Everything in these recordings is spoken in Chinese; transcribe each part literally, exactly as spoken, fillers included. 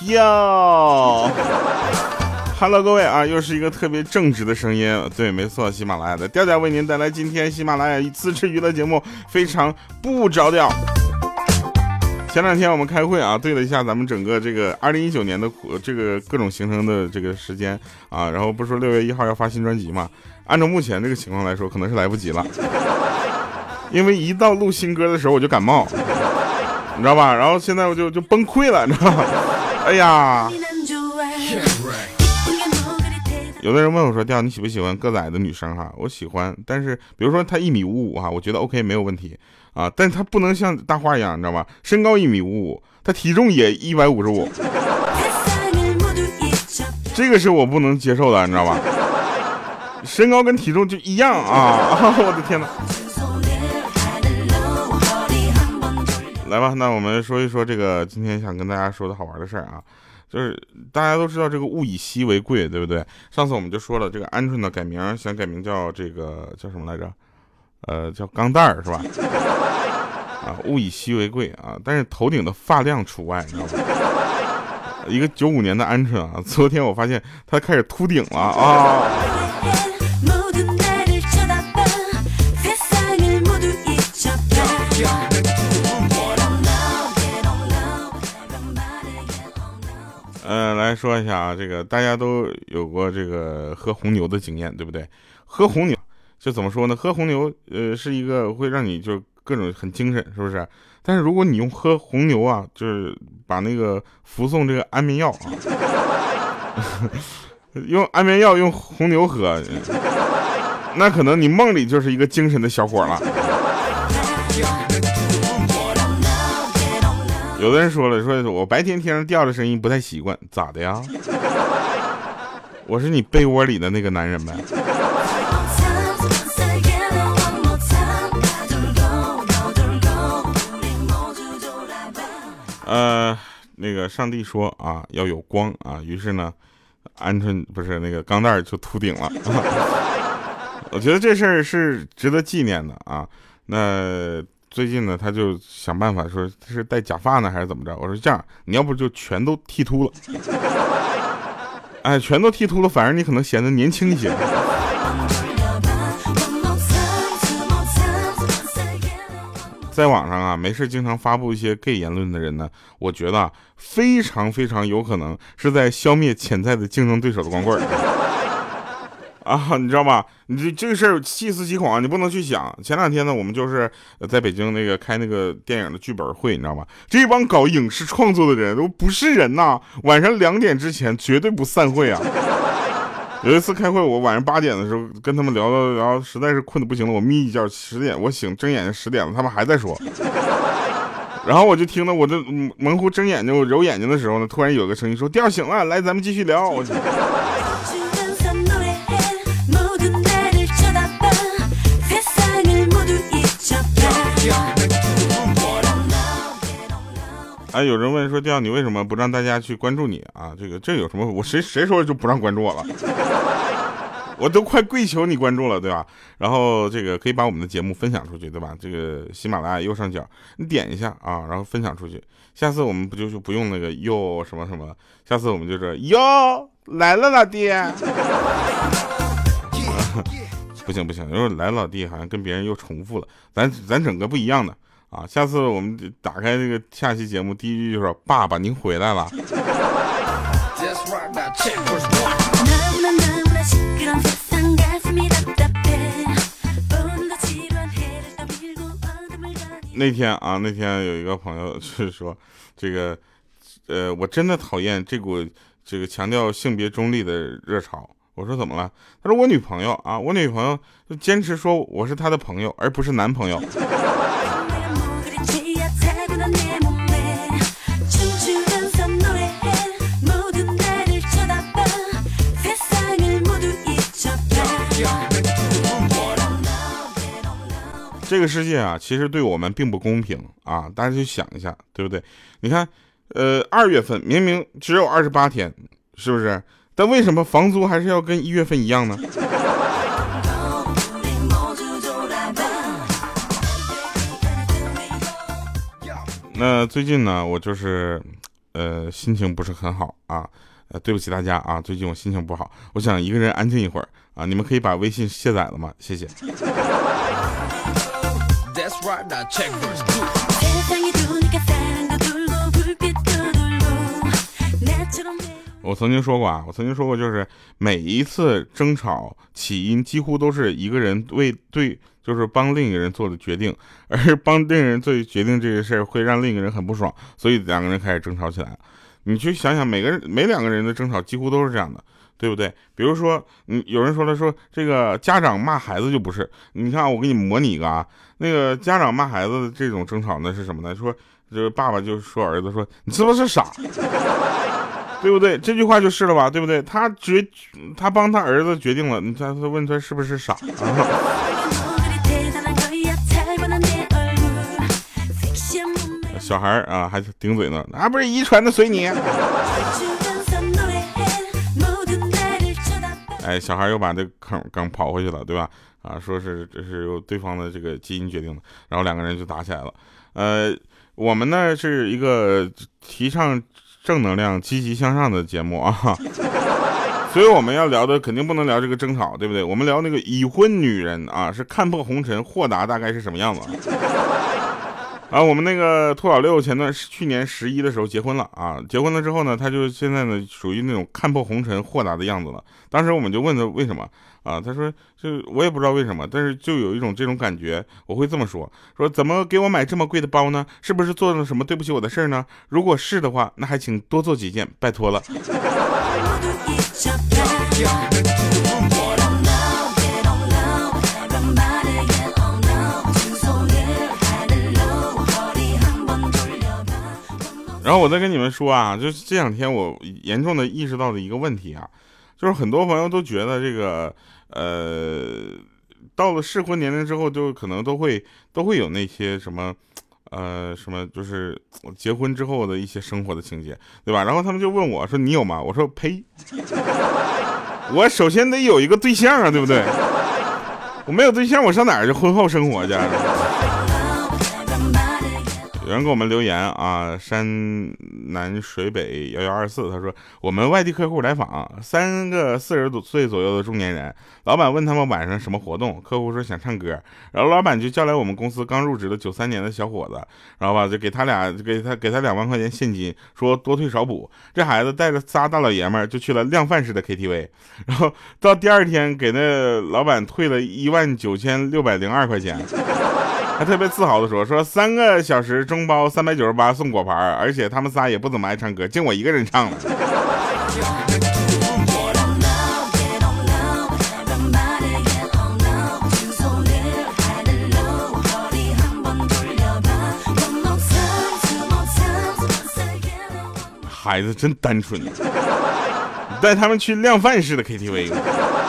哟。Hello， 各位啊，又是一个特别正直的声音，对，没错，喜马拉雅的调调为您带来今天喜马拉雅自制娱乐节目，非常不着调。前两天我们开会啊，对了一下咱们整个这个二零一九年的这个各种行程的这个时间啊，然后不是说六月一号要发新专辑嘛？按照目前这个情况来说，可能是来不及了，因为一到录新歌的时候我就感冒，你知道吧？然后现在我就就崩溃了，你知道吧？哎呀！有的人问我说：“调，你喜不喜欢个子矮的女生？”哈，我喜欢，但是比如说她一米五五哈，我觉得 OK 没有问题啊，但是她不能像大花一样，你知道吧？身高一米五五，她体重也一百五十五，这个是我不能接受的，你知道吧？身高跟体重就一样啊！我的天哪！来吧，那我们说一说这个今天想跟大家说的好玩的事儿啊。就是大家都知道这个物以稀为贵，对不对？上次我们就说了，这个鹌鹑呢改名，想改名叫这个叫什么来着？呃，叫钢蛋儿是吧？啊，物以稀为贵啊，但是头顶的发量除外，你知道吗？一个九五年的鹌鹑啊，昨天我发现它开始秃顶了啊。呃，来说一下啊，这个大家都有过这个喝红牛的经验，对不对？喝红牛就怎么说呢？喝红牛，呃，是一个会让你就各种很精神，是不是？但是如果你用喝红牛啊，就是把那个服送这个安眠药啊，用安眠药用红牛喝，那可能你梦里就是一个精神的小伙了。有的人说了，说我白天听着调的声音不太习惯，咋的呀？我是你被窝里的那个男人呗。呃，那个上帝说啊，要有光啊，于是呢，鹌鹑不是那个钢蛋就秃顶了。我觉得这事儿是值得纪念的啊。那最近呢，他就想办法说是戴假发呢，还是怎么着？我说这样，你要不就全都剃秃了，哎，全都剃秃了，反而你可能显得年轻一些。在网上啊，没事经常发布一些 gay 言论的人呢，我觉得啊，非常非常有可能是在消灭潜在的竞争对手的光棍啊，你知道吧？你这这个事儿细思极恐，你不能去想。前两天呢，我们就是在北京那个开那个电影的剧本会，你知道吧？这帮搞影视创作的人都不是人呐，晚上两点之前绝对不散会啊。有一次开会，我晚上八点的时候跟他们聊到聊，实在是困得不行了，我眯一觉，十点我醒，睁眼睛十点了，他们还在说。然后我就听到我这猛虎睁眼睛，我揉眼睛的时候呢，突然有个声音说：“调醒了，来，咱们继续聊。”我哎，有人问说调，你为什么不让大家去关注你啊？这个这有什么？我谁谁说就不让关注我了？我都快跪求你关注了，对吧？然后这个可以把我们的节目分享出去，对吧？这个喜马拉雅右上角你点一下啊，然后分享出去。下次我们不就是不用那个哟什么什么？下次我们就是哟来了老弟。不行不行，因为来老弟好像跟别人又重复了，咱咱整个不一样的。啊，下次我们打开这个下期节目，第一句就说：“爸爸，您回来了。”那天啊，那天有一个朋友就是说，这个，呃，我真的讨厌这股这个强调性别中立的热潮。我说怎么了？他说我女朋友啊，我女朋友就坚持说我是她的朋友，而不是男朋友。这个世界啊，其实对我们并不公平啊！大家去想一下，对不对？你看，呃，二月份明明只有二十八天，是不是？但为什么房租还是要跟一月份一样呢？那最近呢，我就是，呃， 呃心情不是很好啊，呃对不起大家啊，最近我心情不好，我想一个人安静一会儿啊，你们可以把微信卸载了吗？谢谢。我曾经说过啊，我曾经说过，就是每一次争吵起因几乎都是一个人为对，就是帮另一个人做的决定，而帮另一个人做决定这个事儿会让另一个人很不爽，所以两个人开始争吵起来了。你去想想，每个人每两个人的争吵几乎都是这样的，对不对？比如说，嗯，有人说了说这个家长骂孩子就不是，你看我给你模拟一个啊，那个家长骂孩子的这种争吵呢是什么呢？说这个爸爸就说儿子说你是不是傻？对不对？这句话就是了吧，对不对？他决，他帮他儿子决定了，你他他问他是不是傻？啊、小孩啊还顶嘴呢，啊不是遗传的随你。哎，小孩又把这个坑刚跑回去了，对吧？啊，说是这是由对方的这个基因决定的，然后两个人就打起来了。呃，我们呢是一个提倡正能量积极向上的节目啊，所以我们要聊的肯定不能聊这个争吵，对不对？我们聊那个已婚女人啊，是看破红尘豁达大概是什么样子啊？我们那个兔老六前段去年十一的时候结婚了啊，结婚了之后呢，他就现在呢属于那种看破红尘豁达的样子了。当时我们就问他为什么啊，他说就我也不知道为什么，但是就有一种这种感觉。我会这么说，说怎么给我买这么贵的包呢？是不是做了什么对不起我的事呢？如果是的话，那还请多做几件，拜托了。然后我再跟你们说啊，就是这两天我严重的意识到的一个问题啊，就是很多朋友都觉得这个呃，到了适婚年龄之后，就可能都会都会有那些什么呃什么，就是结婚之后的一些生活的情节，对吧？然后他们就问我说：“你有吗？”我说：“呸！我首先得有一个对象啊，对不对？我没有对象，我上哪儿去婚后生活去？”有人给我们留言啊，山南水北幺幺二四，他说我们外地客户来访，三个四十多岁左右的中年人，老板问他们晚上什么活动，客户说想唱歌，然后老板就叫来我们公司刚入职的九三年的小伙子，然后吧就给他俩给他给他两万块钱现金，说多退少补。这孩子带着仨大老爷们儿就去了量贩式的 K T V， 然后到第二天给那老板退了一万九千六百零二块钱。他特别自豪的说：“说三个小时中包三百九十八送果盘，而且他们仨也不怎么爱唱歌，净我一个人唱了。”孩子真单纯，带他们去量贩式的 K T V。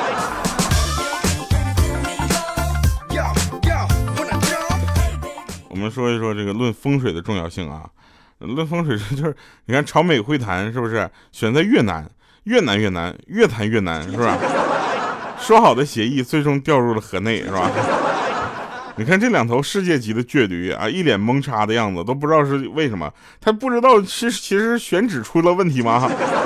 我们说一说这个论风水的重要性啊，论风水就是你看朝美会谈是不是选在越南，越南越难，越谈越难，是吧？说好的协议最终掉入了河内，是吧？你看这两头世界级的倔驴啊，一脸懵叉的样子，都不知道是为什么，他不知道其实其实选址出了问题吗？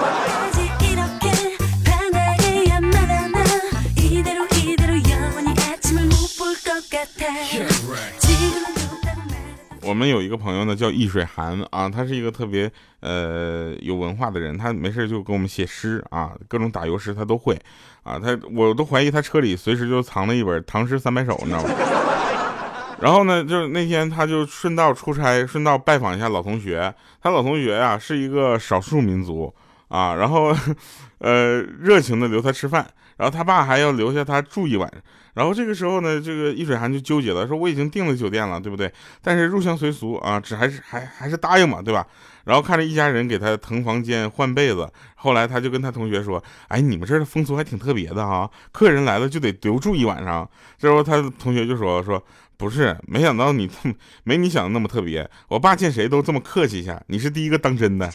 我们有一个朋友呢叫易水寒啊，他是一个特别呃有文化的人，他没事就给我们写诗啊，各种打油诗他都会啊，他我都怀疑他车里随时就藏了一本唐诗三百首，你知道吗？然后呢，就是那天他就顺道出差，顺道拜访一下老同学，他老同学啊是一个少数民族啊，然后呃热情的留他吃饭，然后他爸还要留下他住一晚。然后这个时候呢，这个易水寒就纠结了，说我已经订了酒店了，对不对？但是入乡随俗啊，只还是还还是答应嘛，对吧？然后看着一家人给他腾房间换被子，后来他就跟他同学说：“哎，你们这儿的风俗还挺特别的啊，客人来了就得留住一晚上。”这时候他同学就说：“说不是，没想到你没你想的那么特別，我爸见谁都这么客气一下，你是第一个当真的。”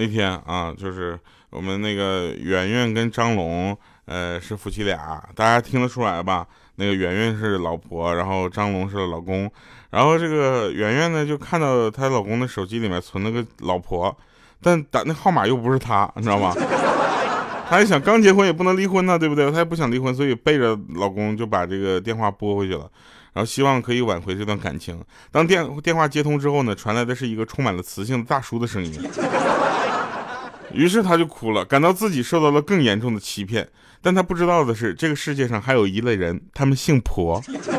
那天啊，就是我们那个圆圆跟张龙，呃，是夫妻俩，大家听得出来吧？那个圆圆是老婆，然后张龙是老公。然后这个圆圆呢，就看到她老公的手机里面存了个老婆，但打那号码又不是她，你知道吗？她还想刚结婚也不能离婚呢，对不对？她也不想离婚，所以背着老公就把这个电话拨回去了。然后希望可以挽回这段感情。当电电话接通之后呢，传来的是一个充满了磁性的大叔的声音。于是他就哭了，感到自己受到了更严重的欺骗。但他不知道的是，这个世界上还有一类人，他们姓婆。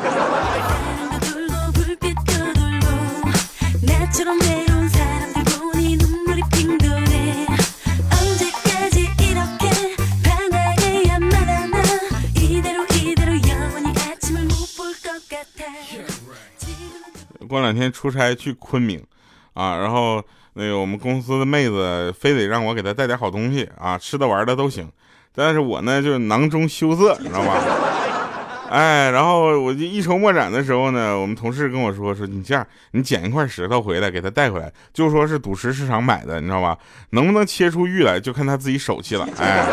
过两天出差去昆明啊，然后那个我们公司的妹子非得让我给她带点好东西啊，吃的玩的都行，但是我呢就是囊中羞涩，你知道吧？哎，然后我就一筹莫展的时候呢，我们同事跟我说说，你这样，你捡一块石头回来给她带回来，就说是赌石市场买的，你知道吧？能不能切出玉来，就看她自己手气了。哎。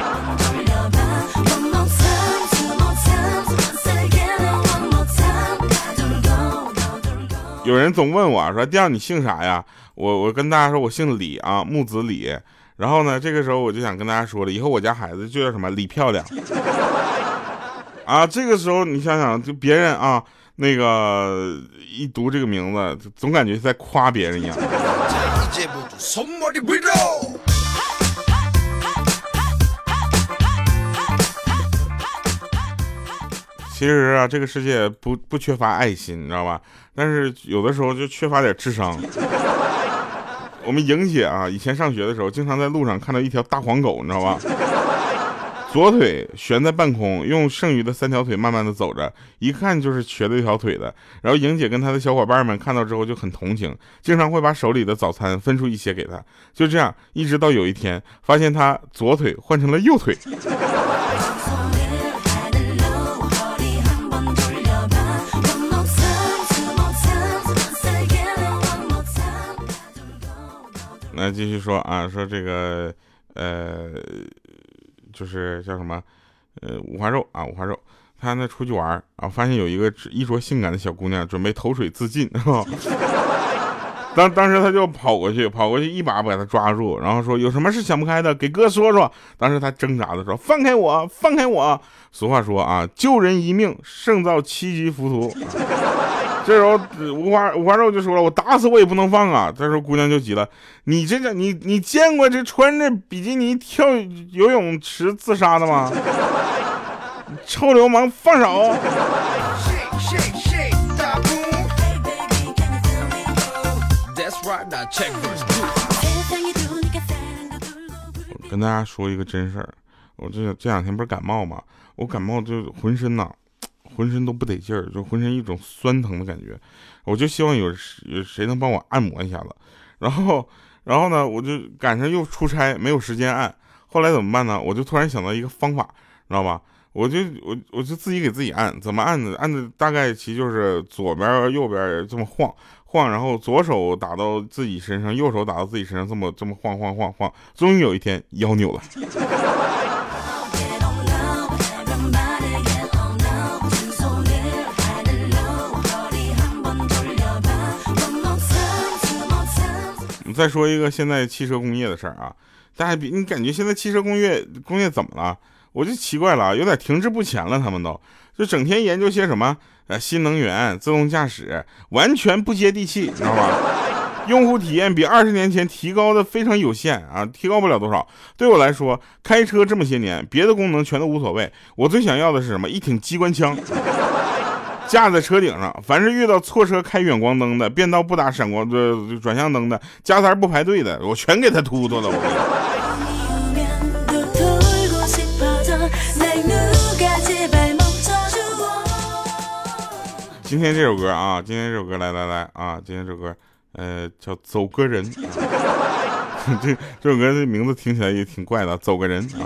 有人总问我说：“调你姓啥呀？”我我跟大家说，我姓李啊，木子李。然后呢，这个时候我就想跟大家说了，以后我家孩子就叫什么李漂亮啊。这个时候你想想，就别人啊，那个一读这个名字，总感觉在夸别人一样。其实啊，这个世界不不缺乏爱心，你知道吧？但是有的时候就缺乏点智商。我们莹姐啊，以前上学的时候，经常在路上看到一条大黄狗，你知道吧？左腿悬在半空，用剩余的三条腿慢慢的走着，一看就是瘸了一条腿的。然后莹姐跟她的小伙伴们看到之后就很同情，经常会把手里的早餐分出一些给她。就这样，一直到有一天，发现她左腿换成了右腿。那继续说啊，说这个呃，就是叫什么呃五花肉啊，五花肉，他呢出去玩啊，发现有一个衣着性感的小姑娘准备投水自尽，当当时他就跑过去，跑过去一把把他抓住，然后说有什么事想不开的，给哥说说。当时他挣扎的说放开我，放开我。俗话说啊，救人一命胜造七级浮屠。这时候五花五花肉就说了，我打死我也不能放啊。这时候姑娘就急了，你这个你你见过这穿着比基尼跳游泳池自杀的吗？臭流氓，放手！我跟大家说一个真事儿，我这这两天不是感冒吗？我感冒就浑身呐。浑身都不得劲儿，就浑身一种酸疼的感觉，我就希望有有谁能帮我按摩一下子。然后，然后呢，我就赶上又出差，没有时间按。后来怎么办呢？我就突然想到一个方法，知道吧？我就我我就自己给自己按，怎么按的？按的大概其就是左边右边这么晃晃，然后左手打到自己身上，右手打到自己身上，这么这么晃晃晃晃。终于有一天腰扭了。再说一个现在汽车工业的事儿啊，大家比你感觉现在汽车工业工业怎么了？我就奇怪了，有点停滞不前了，他们都就整天研究些什么呃新能源、自动驾驶，完全不接地气，你知道吧？用户体验比二十年前提高的非常有限啊，提高不了多少。对我来说，开车这么些年，别的功能全都无所谓，我最想要的是什么？一挺机关枪。架在车顶上，凡是遇到错车开远光灯的，变道不打闪光的转向灯的，加塞不排队的，我全给他突突了。我今天这首歌啊，今天这首歌来来来啊，今天这首歌呃叫走个人。这这首歌的名字听起来也挺怪的，走个人啊。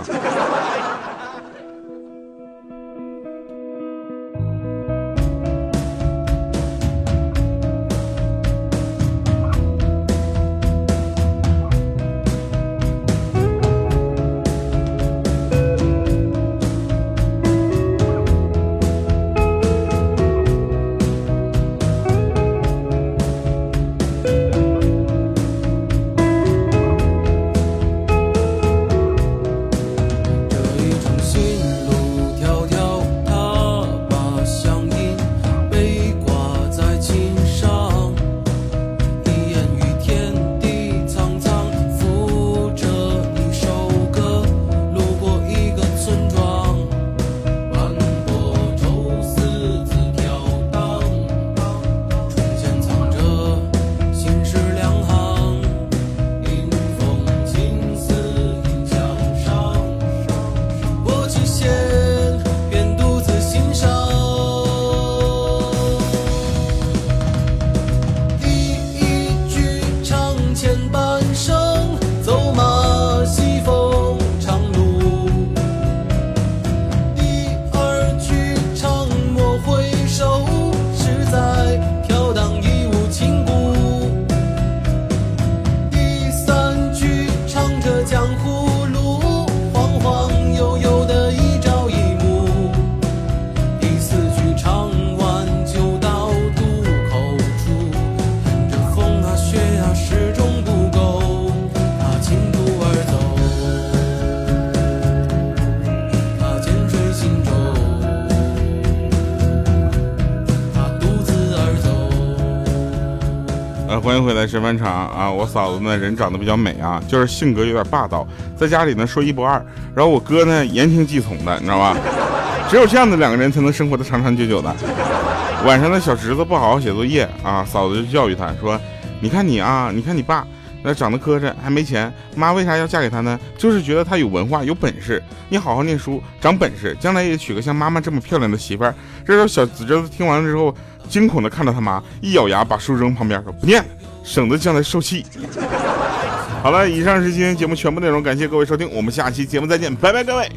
呃，欢迎回来神饭场啊！我嫂子呢人长得比较美啊，就是性格有点霸道，在家里呢说一不二。然后我哥呢言听计从的，你知道吧？只有这样的两个人才能生活的长长久久的。晚上呢小侄子不好好写作业啊，嫂子就教育他说：“你看你啊，你看你爸。”那长得磕碜还没钱，妈为啥要嫁给他呢？就是觉得他有文化有本事，你好好念书长本事，将来也娶个像妈妈这么漂亮的媳妇儿。这时候小侄子听完了之后，惊恐的看着他妈，一咬牙把书扔旁边说：“不念了，省得将来受气。”好了，以上是今天节目全部内容，感谢各位收听，我们下期节目再见，拜拜各位。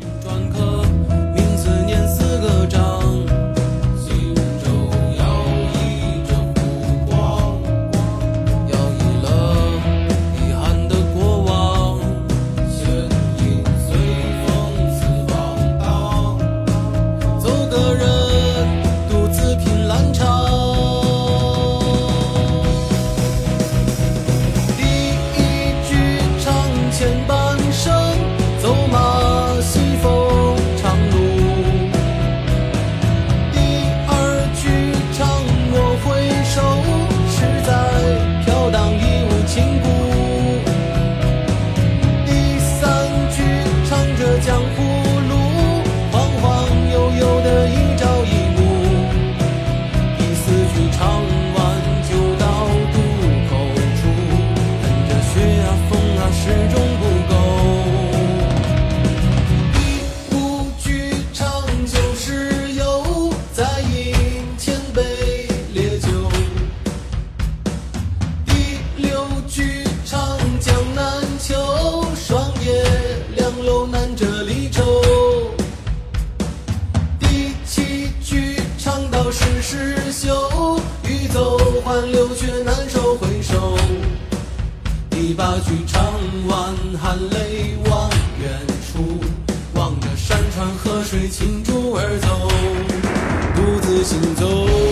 第八句唱完，含泪望远处，望着山川河水倾注而走，独自行走。